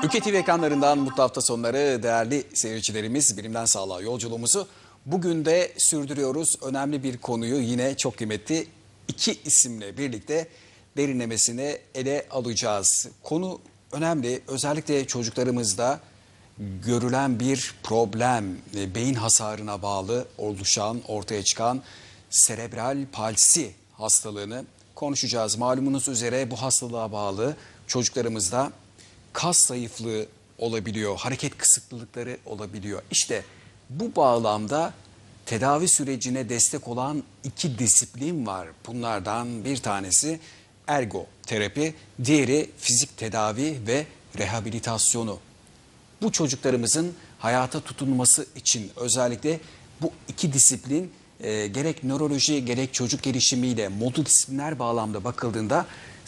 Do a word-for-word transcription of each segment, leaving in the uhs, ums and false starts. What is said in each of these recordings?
Türkiye T V ekranlarından mutlu hafta sonları değerli seyircilerimiz. Bilimden Sağlığa yolculuğumuzu bugün de sürdürüyoruz. Önemli bir konuyu yine çok kıymetli iki isimle birlikte derinlemesine ele alacağız. Konu önemli. Özellikle çocuklarımızda görülen bir problem, beyin hasarına bağlı oluşan, ortaya çıkan serebral palsi hastalığını konuşacağız. Malumunuz üzere bu hastalığa bağlı çocuklarımızda kas zayıflığı olabiliyor, hareket kısıtlılıkları olabiliyor. İşte bu bağlamda tedavi sürecine destek olan iki disiplin var. Bunlardan bir tanesi ergoterapi, diğeri fizik tedavi ve rehabilitasyonu. Bu çocuklarımızın hayata tutunması için özellikle bu iki disiplin e, gerek nöroloji gerek çocuk gelişimiyle multidisipliner bağlamda bakıldığında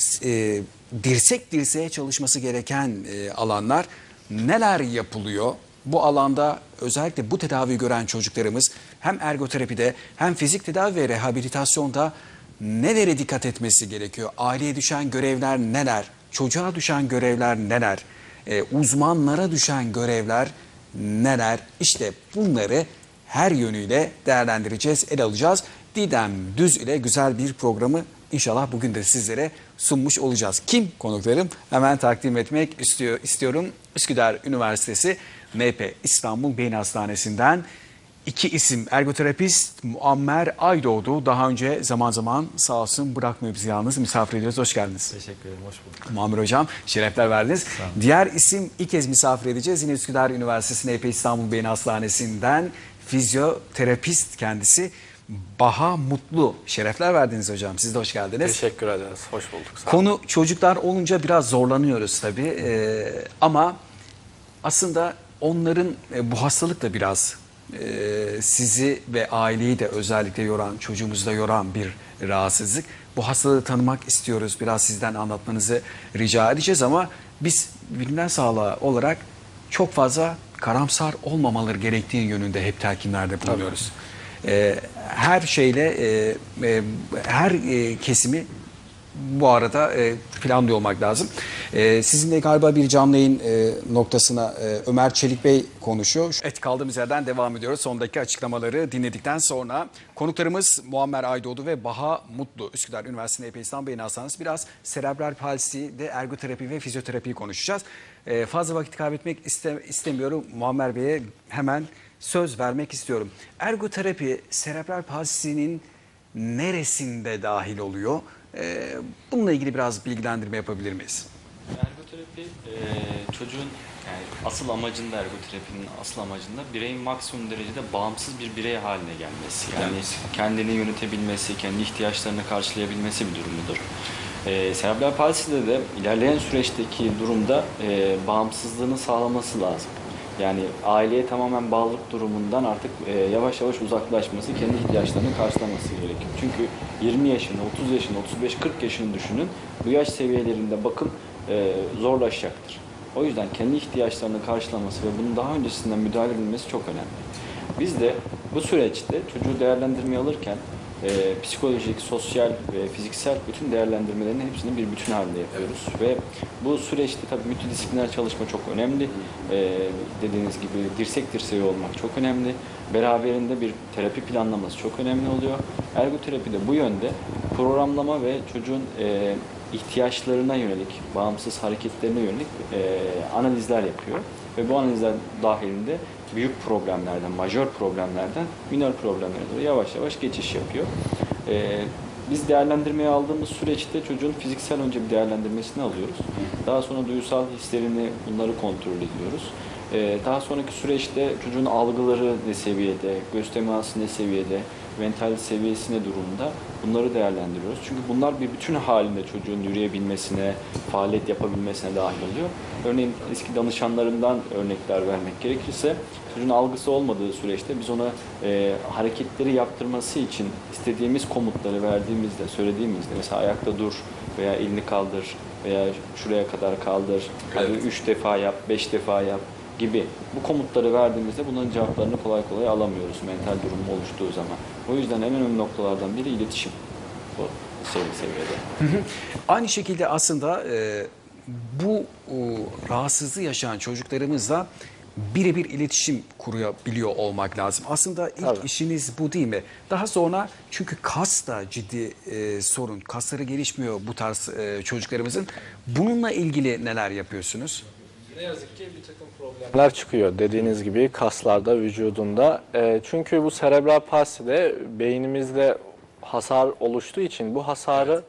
e, dirsek dirseğe çalışması gereken e, alanlar. Neler yapılıyor? Bu alanda özellikle bu tedaviyi gören çocuklarımız hem ergoterapide hem fizik tedavi ve rehabilitasyonda nelere dikkat etmesi gerekiyor? Aileye düşen görevler neler? Çocuğa düşen görevler neler? Ee, uzmanlara düşen görevler neler? İşte bunları her yönüyle değerlendireceğiz, ele alacağız. Didem Düz ile güzel bir programı İnşallah bugün de sizlere sunmuş olacağız. Kim konuklarım? Hemen takdim etmek istiyor, istiyorum. Üsküdar Üniversitesi M P İstanbul Beyin Hastanesi'nden iki isim. Ergoterapist Muammer Aydoğdu. Daha önce zaman zaman sağ olsun bırakmıyor bizi yalnız. Misafir ediyoruz. Hoş geldiniz. Teşekkür ederim. Hoş bulduk. Muammer Hocam şerefler verdiniz. Diğer isim ilk kez misafir edeceğiz. Yine Üsküdar Üniversitesi M P İstanbul Beyin Hastanesi'nden fizyoterapist kendisi. Baha Mutlu. Şerefler verdiniz hocam. Siz de hoş geldiniz. Teşekkür ederiz. Hoş bulduk. Sağ Konu çocuklar olunca biraz zorlanıyoruz tabii. Ee, ama aslında onların e, bu hastalık da biraz e, sizi ve aileyi de özellikle yoran, çocuğumuzu da yoran bir rahatsızlık. Bu hastalığı tanımak istiyoruz. Biraz sizden anlatmanızı rica edeceğiz ama biz bilimden sağlığı olarak çok fazla karamsar olmamaları gerektiği yönünde hep telkinlerde bulunuyoruz. Ee, her şeyle e, e, her e, kesimi bu arada e, planlıyor olmak lazım. E, sizinle galiba bir canlı yayın e, noktasına e, Ömer Çelik Bey konuşuyor. Evet, kaldığımız yerden devam ediyoruz. Son dakika açıklamaları dinledikten sonra konuklarımız Muammer Aydoğdu ve Baha Mutlu. Üsküdar Üniversitesi M P İstanbul Beyin Hastanesi. Biraz serebral palsi de ergoterapi ve fizyoterapiyi konuşacağız. E, fazla vakit kaybetmek iste, istemiyorum. Muammer Bey'e hemen söz vermek istiyorum. Ergoterapi serebral palsinin neresinde dahil oluyor? Ee, bununla ilgili biraz bilgilendirme yapabilir miyiz? Ergoterapi e, çocuğun yani asıl amacında, ergoterapinin asıl amacında bireyin maksimum derecede bağımsız bir birey haline gelmesi. Yani evet. Kendini yönetebilmesi, kendi ihtiyaçlarını karşılayabilmesi bir durumudur. E, serebral palside de ilerleyen süreçteki durumda e, bağımsızlığını sağlaması lazım. Yani aileye tamamen bağlılık durumundan artık e, yavaş yavaş uzaklaşması, kendi ihtiyaçlarını karşılaması gerekiyor. Çünkü yirmi yaşını, otuz yaşını, otuz beş kırk yaşını düşünün, bu yaş seviyelerinde bakım e, zorlaşacaktır. O yüzden kendi ihtiyaçlarını karşılaması ve bunun daha öncesinden müdahale edilmesi çok önemli. Biz de bu süreçte çocuğu değerlendirmeye alırken e, psikolojik, sosyal ve fiziksel bütün değerlendirmelerin hepsini bir bütün halinde yapıyoruz. Ve bu süreçte tabii multidisipliner çalışma çok önemli. E, dediğiniz gibi dirsek dirseği olmak çok önemli. Beraberinde bir terapi planlaması çok önemli oluyor. Ergoterapi de bu yönde programlama ve çocuğun e, ihtiyaçlarına yönelik, bağımsız hareketlerine yönelik e, analizler yapıyor. Ve bu analizler dahilinde büyük problemlerden, majör problemlerden minor problemlere doğru yavaş yavaş geçiş yapıyor. Ee, biz değerlendirmeye aldığımız süreçte çocuğun fiziksel önce bir değerlendirmesini alıyoruz. Daha sonra duygusal hislerini, bunları kontrol ediyoruz. Ee, daha sonraki süreçte çocuğun algıları ne seviyede, göz teması ne seviyede, mental seviyesi ne durumda bunları değerlendiriyoruz. Çünkü bunlar bir bütün halinde çocuğun yürüyebilmesine, faaliyet yapabilmesine dahil oluyor. Örneğin eski danışanlarımdan örnekler vermek gerekirse, çocuğun algısı olmadığı süreçte biz ona e, hareketleri yaptırması için istediğimiz komutları verdiğimizde, söylediğimizde mesela ayakta dur veya elini kaldır veya şuraya kadar kaldır, hadi evet. üç defa yap, beş defa yap gibi bu komutları verdiğimizde bunların cevaplarını kolay kolay alamıyoruz mental durum oluştuğu zaman. O yüzden en önemli noktalardan biri iletişim bu seviyede. Hı hı. Aynı şekilde aslında e, bu e, rahatsızlığı yaşayan çocuklarımızla birebir iletişim kurabiliyor olmak lazım. Aslında ilk Tabii. işiniz bu değil mi? Daha sonra çünkü kas da ciddi e, sorun. Kasları gelişmiyor bu tarz e, çocuklarımızın. Bununla ilgili neler yapıyorsunuz? Ne yazık ki bir takım problemler çıkıyor dediğiniz gibi kaslarda, vücudunda. E, çünkü bu serebral palside beynimizde hasar oluştuğu için bu hasarı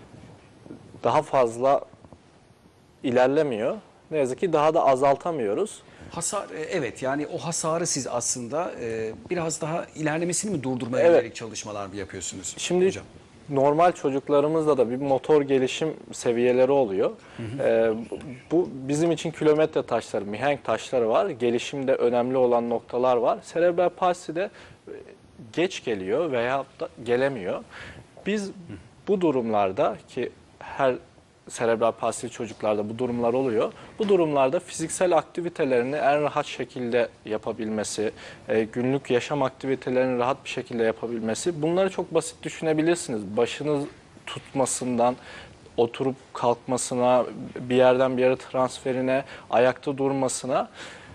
daha fazla ilerlemiyor. Ne yazık ki daha da azaltamıyoruz. Hasar e, evet, yani o hasarı siz aslında e, biraz daha ilerlemesini mi durdurmaya Evet. yönelik çalışmalar mı yapıyorsunuz? Şimdi hocam? normal çocuklarımızda da bir motor gelişim seviyeleri oluyor. Ee, bu bizim için kilometre taşları, mihenk taşları var. Gelişimde önemli olan noktalar var. Serebral palside geç geliyor veya da gelemiyor. Biz bu durumlarda, ki her serebral palsili çocuklarda bu durumlar oluyor. Bu durumlarda fiziksel aktivitelerini en rahat şekilde yapabilmesi, e, günlük yaşam aktivitelerini rahat bir şekilde yapabilmesi, bunları çok basit düşünebilirsiniz. Başınız tutmasından, oturup kalkmasına, bir yerden bir yere transferine, ayakta durmasına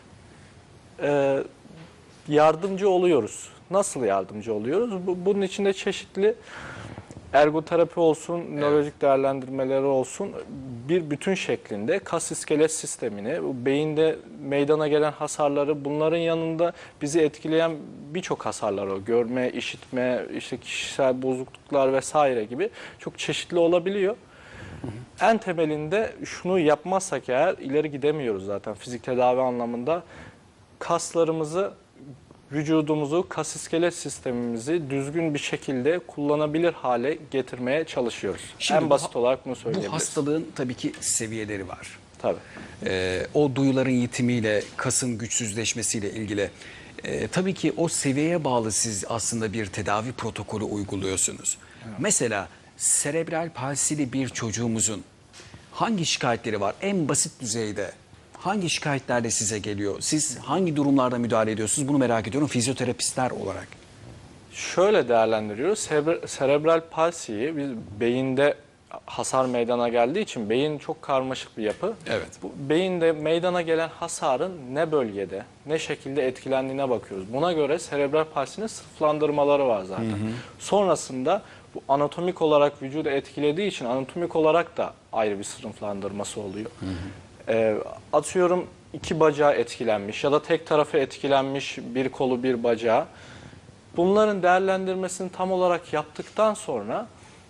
e, yardımcı oluyoruz. Nasıl yardımcı oluyoruz? Bu, bunun içinde çeşitli ergoterapi olsun, nörolojik değerlendirmeleri olsun, bir bütün şeklinde kas iskelet sistemini, bu beyinde meydana gelen hasarları, bunların yanında bizi etkileyen birçok hasarlar o. Görme, işitme, işte kişisel bozukluklar vesaire gibi çok çeşitli olabiliyor. En temelinde şunu yapmazsak eğer ileri gidemiyoruz zaten fizik tedavi anlamında. Kaslarımızı, vücudumuzu, kas iskelet sistemimizi düzgün bir şekilde kullanabilir hale getirmeye çalışıyoruz. Şimdi en bu basit ha- olarak bunu Bu söyleyebiliriz. hastalığın tabii ki seviyeleri var. Tabii. Ee, o duyuların yitimiyle, kasın güçsüzleşmesiyle ilgili. Ee, tabii ki o seviyeye bağlı siz aslında bir tedavi protokolü uyguluyorsunuz. Mesela serebral palsili bir çocuğumuzun hangi şikayetleri var? En basit düzeyde hangi şikayetlerle size geliyor? Siz hangi durumlarda müdahale ediyorsunuz? Bunu merak ediyorum fizyoterapistler olarak. Şöyle değerlendiriyoruz. Serebr- serebral palsiyi biz beyinde hasar meydana geldiği için beyin çok karmaşık bir yapı. Evet. Bu beyinde meydana gelen hasarın ne bölgede, ne şekilde etkilendiğine bakıyoruz. Buna göre serebral palsinin sınıflandırmaları var zaten. Hı hı. Sonrasında bu anatomik olarak vücudu etkilediği için anatomik olarak da ayrı bir sınıflandırması oluyor. Hı hı. Ee, atıyorum iki bacağı etkilenmiş ya da tek tarafı etkilenmiş, bir kolu bir bacağı. Bunların değerlendirmesini tam olarak yaptıktan sonra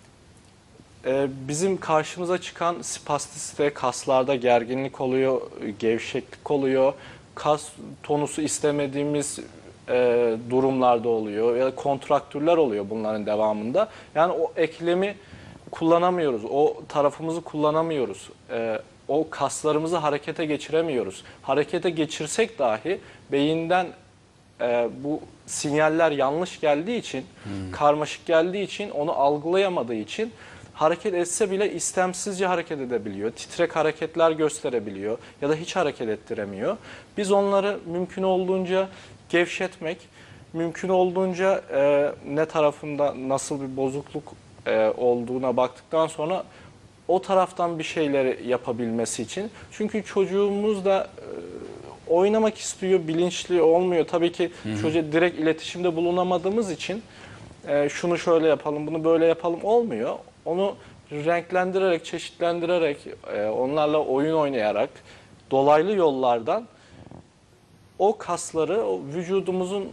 e, bizim karşımıza çıkan spastisite, kaslarda gerginlik oluyor, gevşeklik oluyor, kas tonusu istemediğimiz e, durumlarda oluyor ya da kontraktürler oluyor bunların devamında. Yani o eklemi kullanamıyoruz, o tarafımızı kullanamıyoruz. E, o kaslarımızı harekete geçiremiyoruz. Harekete geçirsek dahi beyinden e, bu sinyaller yanlış geldiği için, hmm. karmaşık geldiği için, onu algılayamadığı için hareket etse bile istemsizce hareket edebiliyor. Titrek hareketler gösterebiliyor ya da hiç hareket ettiremiyor. Biz onları mümkün olduğunca gevşetmek, mümkün olduğunca e, ne tarafında nasıl bir bozukluk e, olduğuna baktıktan sonra o taraftan bir şeyleri yapabilmesi için. Çünkü çocuğumuz da e, oynamak istiyor, bilinçli olmuyor. Tabii ki hı hı. çocuğa direkt iletişimde bulunamadığımız için e, şunu şöyle yapalım, bunu böyle yapalım olmuyor. Onu renklendirerek, çeşitlendirerek, e, onlarla oyun oynayarak, dolaylı yollardan o kasları, o vücudumuzun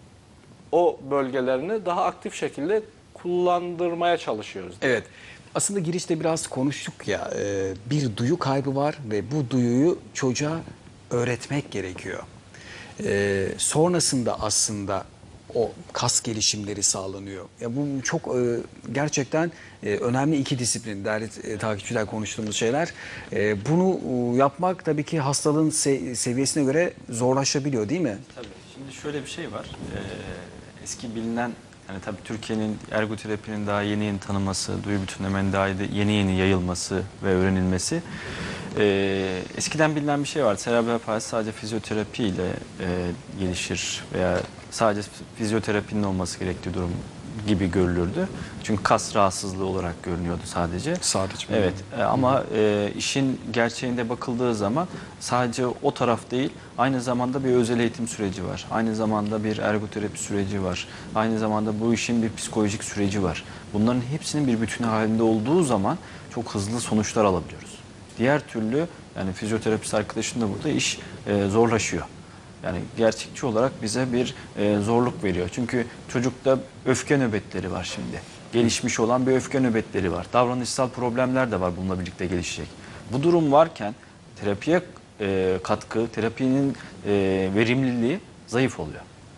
o bölgelerini daha aktif şekilde kullandırmaya çalışıyoruz. Evet. Aslında girişte biraz konuştuk ya, e, bir duyu kaybı var ve bu duyuyu çocuğa öğretmek gerekiyor. E, sonrasında aslında o kas gelişimleri sağlanıyor. Ya bu çok e, gerçekten e, önemli iki disiplin, değerli e, takipçiler, konuştuğumuz şeyler. E, bunu e, yapmak tabii ki hastalığın se seviyesine göre zorlaşabiliyor, değil mi? Tabii. Şimdi şöyle bir şey var. Ee, eski bilinen, yani tabii Türkiye'nin ergoterapinin daha yeni yeni tanınması, duyu bütünlemenin daha yeni yeni yayılması ve öğrenilmesi. Ee, eskiden bilinen bir şey var. Serebral palsi sadece fizyoterapi ile e, gelişir veya sadece fizyoterapinin olması gerektiği durum gibi görülürdü. Çünkü kas rahatsızlığı olarak görünüyordu sadece. Sadece. Evet e, ama e, işin gerçeğinde bakıldığı zaman sadece o taraf değil, aynı zamanda bir özel eğitim süreci var. Aynı zamanda bir ergoterapi süreci var. Aynı zamanda bu işin bir psikolojik süreci var. Bunların hepsinin bir bütün halinde olduğu zaman çok hızlı sonuçlar alabiliyoruz. Diğer türlü yani fizyoterapist arkadaşın da burada iş e, zorlaşıyor. Yani gerçekçi olarak bize bir e, zorluk veriyor. Çünkü çocukta öfke nöbetleri var şimdi. Gelişmiş olan bir öfke nöbetleri var. Davranışsal problemler de var bununla birlikte gelişecek. Bu durum varken terapiye e, katkı, terapinin e, verimliliği zayıf oluyor.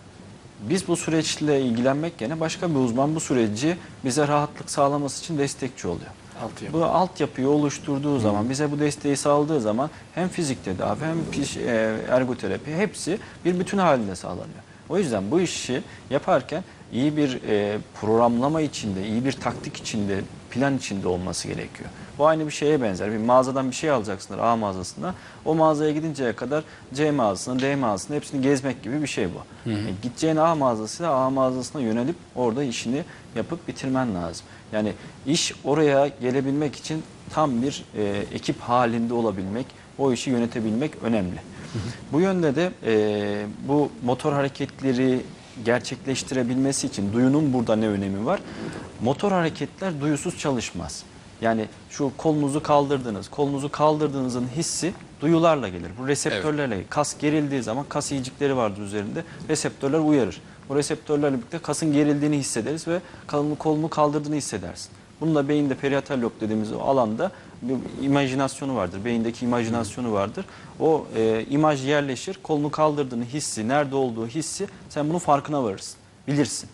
Biz bu süreçle ilgilenmek yerine başka bir uzman bu süreci bize rahatlık sağlaması için destekçi oluyor. Altyapı. Bu altyapıyı oluşturduğu zaman, bize bu desteği sağladığı zaman hem fizik tedavi hem piş- e, ergoterapi hepsi bir bütün halinde sağlanıyor. O yüzden bu işi yaparken iyi bir e, programlama içinde, iyi bir taktik içinde, plan içinde olması gerekiyor. Bu aynı bir şeye benzer. Bir mağazadan bir şey alacaksındır A mağazasına. O mağazaya gidinceye kadar C mağazasına, D mağazasına hepsini gezmek gibi bir şey bu. Hı hı. E, gideceğin A mağazasıyla A mağazasına yönelip orada işini yapıp bitirmen lazım. Yani iş oraya gelebilmek için tam bir e, ekip halinde olabilmek, o işi yönetebilmek önemli. Hı hı. Bu yönde de e, bu motor hareketleri gerçekleştirebilmesi için duyunun burada ne önemi var? Motor hareketler duyusuz çalışmaz. Yani şu kolunuzu kaldırdınız, kolunuzu kaldırdığınızın hissi duyularla gelir. Bu reseptörlerle gelir. Kas gerildiği zaman kas iyicikleri vardır üzerinde. Reseptörler uyarır. Bu reseptörlerle birlikte kasın gerildiğini hissederiz ve kolunu, kolunu kaldırdığını hissedersin. Bunun da beyinde parietal lob dediğimiz o alanda bir imajinasyonu vardır. Beyindeki imajinasyonu vardır. O e, imaj yerleşir. Kolunu kaldırdığını hissi, nerede olduğu hissi sen bunun farkına varırsın. Bilirsin.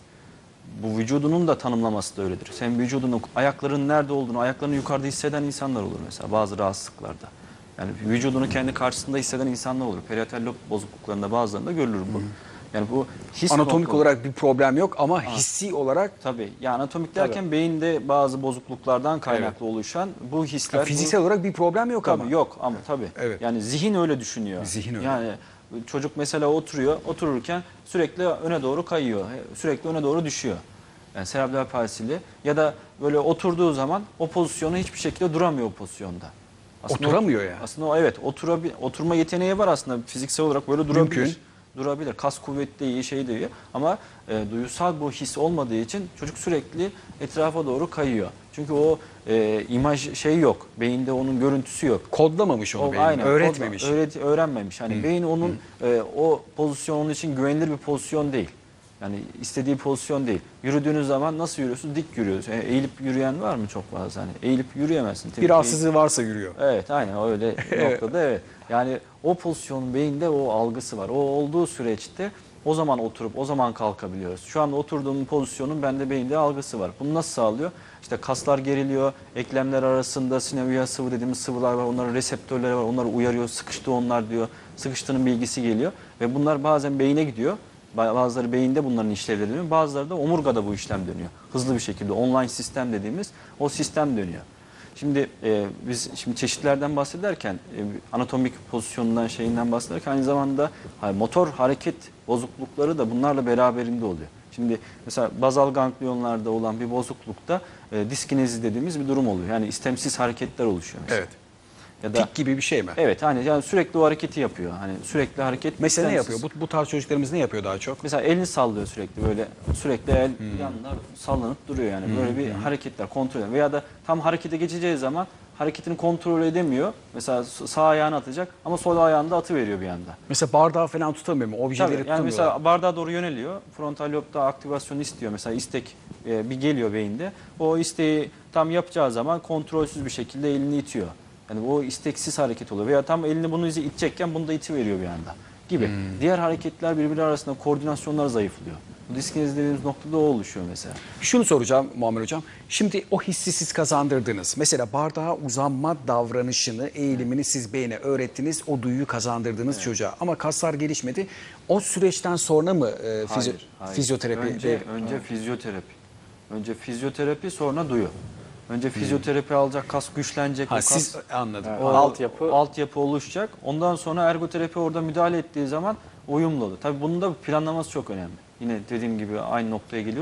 Bu vücudunun da tanımlaması da öyledir. Sen vücudunun, ayaklarının nerede olduğunu, ayaklarını yukarıda hisseden insanlar olur mesela bazı rahatsızlıklarda. Yani vücudunu kendi karşısında hisseden insanlar olur. Parietal lob bozukluklarında bazılarında görülür bu. Yani bu his Anatomik kontrolü. olarak bir problem yok ama hissi olarak Tabii. Yani anatomik derken beyinde bazı bozukluklardan kaynaklı oluşan bu hisler. ya fiziksel bu, olarak bir problem yok tabii ama. yok ama tabii. Evet. Yani zihin öyle düşünüyor. Zihin öyle. Yani çocuk mesela oturuyor, otururken sürekli öne doğru kayıyor, sürekli öne doğru düşüyor. Yani serebral palsili ya da böyle oturduğu zaman o pozisyonu hiçbir şekilde duramıyor o pozisyonda. Oturamıyor o, yani. Aslında o evet oturabil, oturma yeteneği var aslında fiziksel olarak böyle durabilir. Mümkün. Durabilir. Kas kuvveti de iyi, şey de iyi ama e, duyusal bu his olmadığı için çocuk sürekli etrafa doğru kayıyor. Çünkü o e, imaj şey yok. Beyinde onun görüntüsü yok. Kodlamamış onu O, beyin. aynen, Öğretmemiş. Öğret, öğrenmemiş. Hani beyin onun e, o pozisyon onun için güvenilir bir pozisyon değil. Yani istediği pozisyon değil. Yürüdüğünüz zaman nasıl yürüyorsunuz? Dik yürüyorsunuz. Yani eğilip yürüyen var mı çok fazla? Hani eğilip yürüyemezsin. Tabii Bir ki- rahatsızlığı varsa yürüyor. Evet aynen öyle noktada evet. Yani o pozisyonun beyinde o algısı var. O olduğu süreçte o zaman oturup o zaman kalkabiliyoruz. Şu anda oturduğum pozisyonun bende beyinde algısı var. Bunu nasıl sağlıyor? İşte kaslar geriliyor, eklemler arasında sinovial sıvı dediğimiz sıvılar var. Onların reseptörleri var. Onları uyarıyor. Sıkıştı onlar diyor. Sıkıştığının bilgisi geliyor. Ve bunlar bazen beyine gidiyor. Bazıları beyinde bunların işlevleri dönüyor. Bazıları da omurgada bu işlem dönüyor. Hızlı bir şekilde online sistem dediğimiz o sistem dönüyor. Şimdi e, biz şimdi çeşitlerden bahsederken e, anatomik pozisyonundan şeyinden bahsederken aynı zamanda ha, motor hareket bozuklukları da bunlarla beraberinde oluyor. Şimdi mesela bazal ganglionlarda olan bir bozuklukta e, diskinezi dediğimiz bir durum oluyor. Yani istemsiz hareketler oluşuyor mesela. Evet. Ya da Tik gibi bir şey mi? evet hani yani sürekli o hareketi yapıyor. Hani sürekli hareket Mesela ne istemsiz. yapıyor? Bu, bu tarz çocuklarımız ne yapıyor daha çok? Mesela elini sallıyor sürekli böyle sürekli el yanlar sallanıp duruyor yani böyle bir hareketler kontrol ediyor. Veya da tam harekete geçeceği zaman hareketini kontrol edemiyor. Mesela sağ ayağını atacak ama sol ayağını da atıveriyor bir anda. Mesela bardağı falan tutamıyor mu? Objeleri Tabii, yani tutamıyorlar. mesela bardağa doğru yöneliyor. Frontal lobda aktivasyon istiyor. Mesela istek e, bir geliyor beyinde. O isteği tam yapacağı zaman kontrolsüz bir şekilde elini itiyor. Yani o isteksiz hareket oluyor. Veya tam elini bunu izi itecekken bunu da itiveriyor bir anda gibi. Hmm. Diğer hareketler birbiri arasında koordinasyonlar zayıflıyor. Bu diskinezi dediğimiz noktada o oluşuyor mesela. Şunu soracağım Muammer Hocam. Şimdi o hissi siz kazandırdınız. Mesela bardağa uzanma davranışını, eğilimini siz beyne öğrettiniz. O duyuyu kazandırdınız çocuğa. Ama kaslar gelişmedi. O süreçten sonra mı e, fizyo- fizyoterapi? Önce, de- önce fizyoterapi. Önce fizyoterapi sonra duyu. Önce fizyoterapi alacak, kas güçlenecek. Ha, o kas, siz anladım. o Altyapı- altyapı oluşacak. Ondan sonra ergoterapi orada müdahale ettiği zaman uyumlu olur. Tabii bunun da planlaması çok önemli. Yine dediğim gibi aynı noktaya geliyoruz.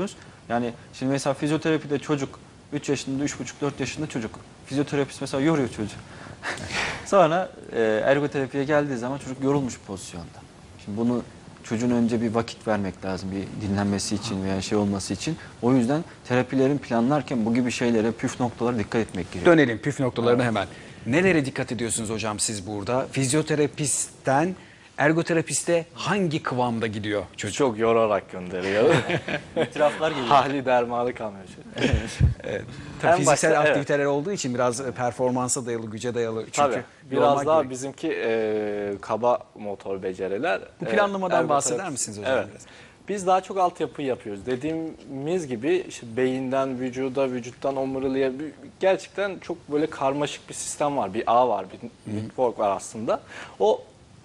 Yani şimdi mesela fizyoterapide çocuk üç yaşında, üç buçuk dört yaşında çocuk. Fizyoterapist mesela yoruyor çocuğu. Sonra e, ergoterapiye geldiği zaman çocuk yorulmuş pozisyonda. Şimdi bunu çocuğun önce bir vakit vermek lazım bir dinlenmesi için veya şey olması için. O yüzden terapilerin planlarken bu gibi şeylere, püf noktalara dikkat etmek gerekiyor. Dönelim püf noktalarına hemen. Nelere dikkat ediyorsunuz hocam siz burada? Fizyoterapistten ergoterapiste hangi kıvamda gidiyor çocuk? Çok yorarak gönderiyor. İtiraflar geliyor. Hali dermanı kalmıyor. Evet. Tabii En fiziksel başta, evet. aktiviteler olduğu için biraz performansa dayalı, güce dayalı. Çünkü Tabii. Biraz yormak daha gerekiyor. bizimki e, kaba motor beceriler. Bu planlamadan E, bahseder ergoterapist- misiniz hocam Evet. biraz? Biz daha çok altyapı yapıyoruz. Dediğimiz gibi işte beyinden vücuda, vücuttan omuriliğe bir- gerçekten çok böyle karmaşık bir sistem var. Bir ağ var, bir network var aslında. O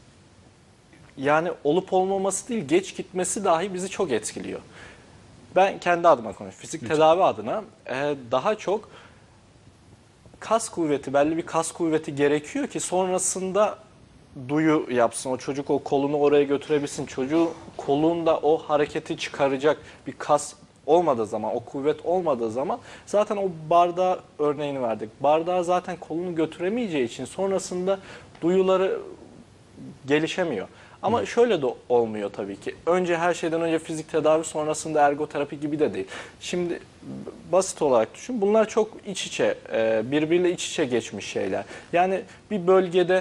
yani olup olmaması değil, geç gitmesi dahi bizi çok etkiliyor. Ben kendi adıma konuşuyorum. Fizik tedavi adına e, daha çok kas kuvveti, belli bir kas kuvveti gerekiyor ki sonrasında duyu yapsın. O çocuk o kolunu oraya götürebilsin. Çocuğun kolunda o hareketi çıkaracak bir kas olmadığı zaman, o kuvvet olmadığı zaman zaten o bardağı örneğini verdik. Bardağı zaten kolunu götüremeyeceği için sonrasında duyuları gelişemiyor. Ama şöyle de olmuyor tabii ki. Önce her şeyden önce fizik tedavi, sonrasında ergoterapi gibi de değil. Şimdi basit olarak düşün. Bunlar çok iç içe, birbiriyle iç içe geçmiş şeyler. Yani bir bölgede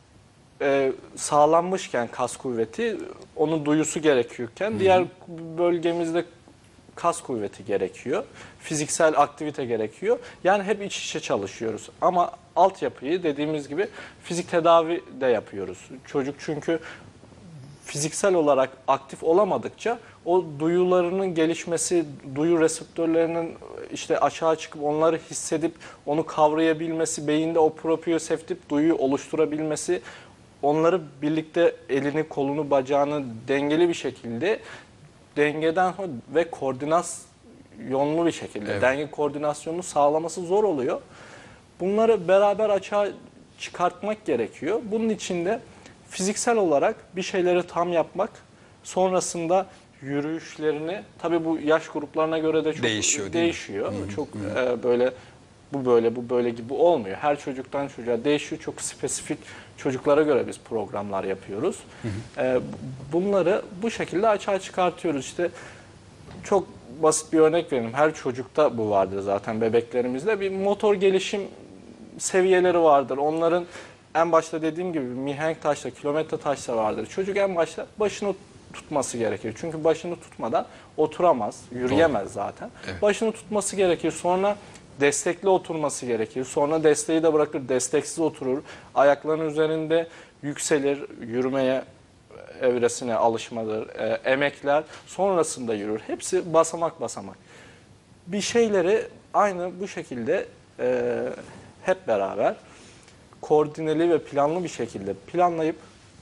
e, sağlanmışken kas kuvveti, onun duyusu gerekiyorken diğer bölgemizde kas kuvveti gerekiyor. Fiziksel aktivite gerekiyor. Yani hep iç içe çalışıyoruz. Ama altyapıyı dediğimiz gibi fizik tedavi de yapıyoruz. Çocuk çünkü fiziksel olarak aktif olamadıkça o duyularının gelişmesi, duyu reseptörlerinin işte aşağı çıkıp onları hissedip onu kavrayabilmesi, beyinde o proprioceptif duyuyu oluşturabilmesi, onları birlikte elini, kolunu, bacağını dengeli bir şekilde dengeden ve koordinasyonlu bir şekilde Evet. denge koordinasyonunu sağlaması zor oluyor. Bunları beraber açığa çıkartmak gerekiyor. Bunun için de fiziksel olarak bir şeyleri tam yapmak, sonrasında yürüyüşlerini, tabii bu yaş gruplarına göre de çok Değişiyor, değil mi? değişiyor. Çok e, böyle bu böyle bu böyle gibi olmuyor. Her çocuktan çocuğa değişiyor. Çok spesifik çocuklara göre biz programlar yapıyoruz. E, bunları bu şekilde açığa çıkartıyoruz. İşte çok basit bir örnek vereyim. Her çocukta bu vardır zaten, bebeklerimizde. Bir motor gelişim seviyeleri vardır. Onların en başta dediğim gibi mihenk taşla, kilometre taşla vardır. Çocuk en başta başını tutması gerekir. Çünkü başını tutmadan oturamaz, yürüyemez zaten. Evet. Başını tutması gerekir. Sonra destekli oturması gerekir. Sonra desteği de bırakır, desteksiz oturur. Ayaklarının üzerinde yükselir, yürümeye evresine alışmadır, e, emekler, sonrasında yürür. Hepsi basamak basamak. Bir şeyleri aynı bu şekilde e, hep beraber koordineli ve planlı bir şekilde planlayıp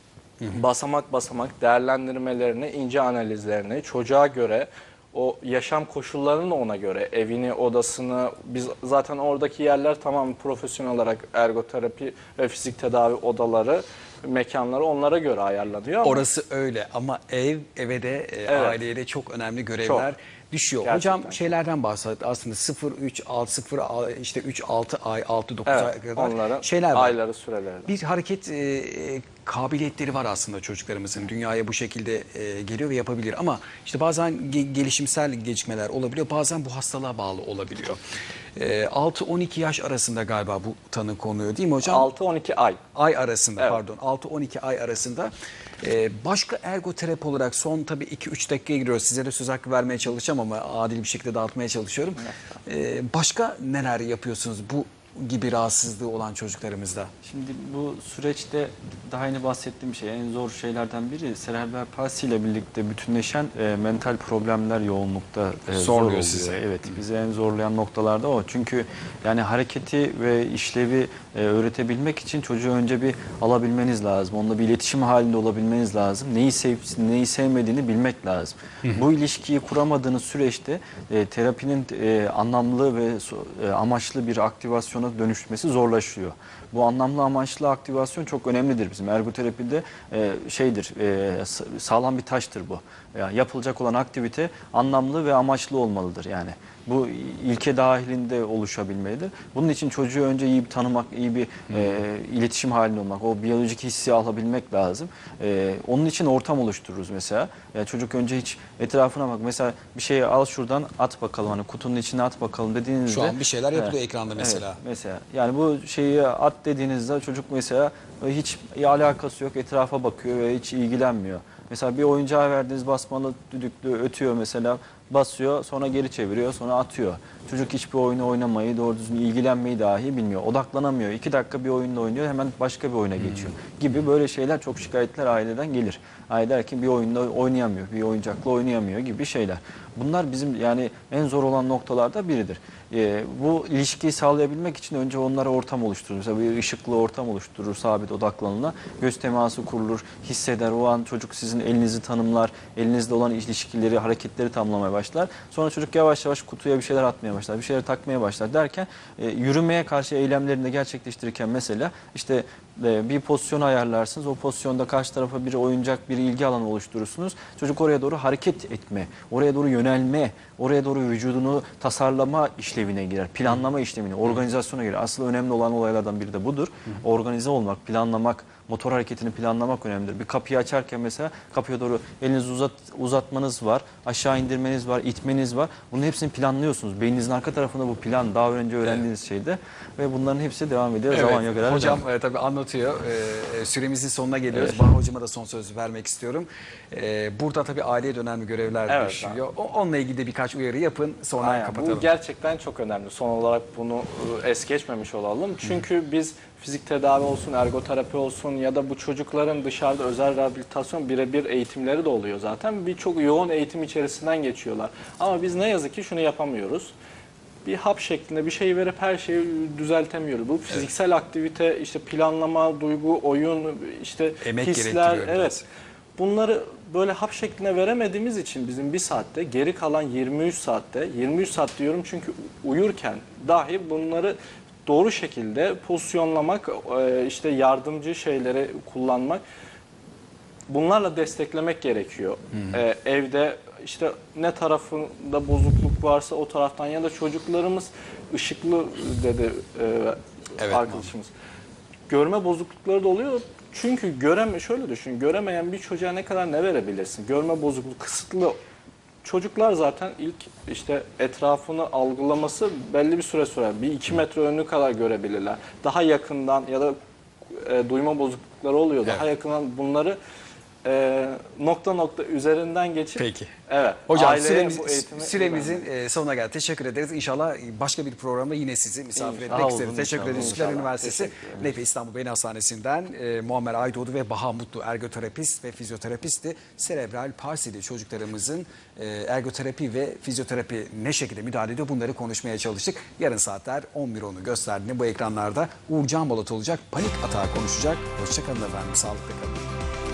basamak basamak değerlendirmelerini, ince analizlerini çocuğa göre, o yaşam koşullarını ona göre, evini, odasını, biz zaten oradaki yerler tamamen profesyonel olarak ergoterapi ve fizik tedavi odaları, mekanları onlara göre ayarlanıyor. Ama Orası öyle ama ev, eve de e, Evet. aileye de çok önemli görevler Çok. düşüyor. Gerçekten Hocam çok. şeylerden bahsetti aslında sıfır üç altı sıfır işte üç altı ay altı dokuz evet, ay kadar onların şeyler var. ayları, süreleri. Bir hareket e, kabiliyetleri var aslında çocuklarımızın. Dünyaya bu şekilde e, geliyor ve yapabilir. Ama işte bazen ge- gelişimsel gecikmeler olabiliyor. Bazen bu hastalığa bağlı olabiliyor. E, altı on iki yaş arasında galiba bu tanı konuyor değil mi hocam? altı on iki ay. Ay arasında Evet. pardon altı on iki ay arasında. Ee, başka ergoterapi olarak son tabii iki üç dakikaya giriyoruz. Size de söz hakkı vermeye çalışacağım ama adil bir şekilde dağıtmaya çalışıyorum. Ee, başka neler yapıyorsunuz bu gibi rahatsızlığı olan çocuklarımızda? Şimdi bu süreçte daha yeni bahsettiğim şey, en zor şeylerden biri serebral palsi ile birlikte bütünleşen e, mental problemler yoğunlukta e, zor Zorluyor oluyor. sizi. Evet, bizi en zorlayan noktalarda o. Çünkü yani hareketi ve işlevi e, öğretebilmek için çocuğu önce bir alabilmeniz lazım. Onunla bir iletişim halinde olabilmeniz lazım. Neyi sevip neyi sevmediğini bilmek lazım. Bu ilişkiyi kuramadığınız süreçte e, terapinin e, anlamlı ve so- e, amaçlı bir aktivasyona aktivasyona dönüşmesi zorlaşıyor. Bu anlamlı amaçlı aktivasyon çok önemlidir bizim ergoterapide e, şeydir e, sağlam bir taştır bu. Yani yapılacak olan aktivite anlamlı ve amaçlı olmalıdır yani. Bu ilke dahilinde oluşabilmelidir. Bunun için çocuğu önce iyi bir tanımak, iyi bir e, iletişim halinde olmak, o biyolojik hissi alabilmek lazım. E, onun için ortam oluştururuz mesela. Yani çocuk önce hiç etrafına bak. Mesela bir şeyi al şuradan at bakalım, hani kutunun içine at bakalım dediğinizde. Şu an bir şeyler yapılıyor evet, ekranda mesela. Evet, mesela. Yani bu şeyi at dediğinizde çocuk mesela hiç alakası yok, etrafa bakıyor ve hiç ilgilenmiyor. Mesela bir oyuncağı verdiğiniz basmalı düdüklü ötüyor mesela, basıyor, sonra geri çeviriyor, sonra atıyor. Çocuk hiçbir oyunu oynamayı, doğru düzgün ilgilenmeyi dahi bilmiyor. Odaklanamıyor. İki dakika bir oyunla oynuyor, hemen başka bir oyuna geçiyor. Gibi böyle şeyler, çok şikayetler aileden gelir. Aile der ki bir oyunda oynayamıyor, bir oyuncakla oynayamıyor gibi şeyler. Bunlar bizim yani en zor olan noktalarda biridir. Ee, bu ilişkiyi sağlayabilmek için önce onlara ortam oluşturur. Mesela bir ışıklı ortam oluşturur, sabit odaklanılan. Göz teması kurulur, hisseder. O an çocuk sizin elinizi tanımlar, elinizde olan ilişkileri, hareketleri tamamlamaya başlar. Sonra çocuk yavaş yavaş kutuya bir şeyler atmaya başlar, bir şeyler takmaya başlar derken e, yürümeye karşı eylemlerini de gerçekleştirirken mesela işte e, bir pozisyon ayarlarsınız. O pozisyonda karşı tarafa bir oyuncak, bir ilgi alanı oluşturursunuz. Çocuk oraya doğru hareket etme, oraya doğru yönelme, oraya doğru vücudunu tasarlama işlevine girer. Planlama işlemine, organizasyona girer. Asıl önemli olan olaylardan biri de budur. Organize olmak, planlamak, motor hareketini planlamak önemlidir. Bir kapıyı açarken mesela kapıya doğru elinizi uzat, uzatmanız var, aşağı indirmeniz var, itmeniz var. Bunun hepsini planlıyorsunuz. Beyninizin arka tarafında bu plan daha önce öğrendiğiniz evet. şeyde ve bunların hepsi devam ediyor. Evet. Zaman yok herhalde. Hocam e, tabii anlatıyor. E, süremizin sonuna geliyoruz. Evet. Bahar Hocama da son söz vermek istiyorum. E, burada tabii aileye de önemli görevler Evet, düşüyor. O, onunla ilgili de birkaç uyarı yapın. Sonra Aynen, kapatalım. bu gerçekten çok önemli. Son olarak bunu e, es geçmemiş olalım. Çünkü Hı. biz fizik tedavi olsun, ergoterapi olsun ya da bu çocukların dışarıda özel rehabilitasyon birebir eğitimleri de oluyor zaten. Birçok yoğun eğitim içerisinden geçiyorlar. Ama biz ne yazık ki şunu yapamıyoruz. Bir hap şeklinde bir şey verip her şeyi düzeltemiyoruz. Bu fiziksel evet. aktivite, işte planlama, duygu, oyun, işte emek hisler, evet. Bunları böyle hap şeklinde veremediğimiz için bizim bir saatte, geri kalan yirmi üç saatte, yirmi üç saat diyorum çünkü uyurken dahi bunları doğru şekilde pozisyonlamak, işte yardımcı şeyleri kullanmak, bunlarla desteklemek gerekiyor. Hmm. Ee, evde işte ne tarafında bozukluk varsa o taraftan ya da çocuklarımız ışıklı dedi e, evet, arkadaşımız. Man. Görme bozuklukları da oluyor. Çünkü göreme şöyle düşün, göremeyen bir çocuğa ne kadar ne verebilirsin? Görme bozukluğu kısıtlı. Çocuklar zaten ilk işte etrafını algılaması belli bir süre sürer. Bir iki metre önünü kadar görebilirler. Daha yakından ya da e, duyma bozuklukları oluyor. Evet. Daha yakından bunları e, nokta nokta üzerinden geçip. Peki. Evet. Hocam süremiz, süremizin e, sonuna geldi. Teşekkür ederiz. İnşallah başka bir programda yine sizi misafir İyi, etmek isteriz. Teşekkür ederiz. Üsküdar Üniversitesi Nefes İstanbul Beyin Hastanesi'nden e, Muammer Aydoğdu ve Baha Mutlu ergoterapist ve fizyoterapisti. Serebral palsili çocuklarımızın e, ergoterapi ve fizyoterapi ne şekilde müdahale ediyor bunları konuşmaya çalıştık. Yarın saatler on bir onu gösterdiğinde bu ekranlarda Uğur Can Balat olacak. Panik atağı konuşacak. Hoşçakalın efendim. Sağlıkla kalın.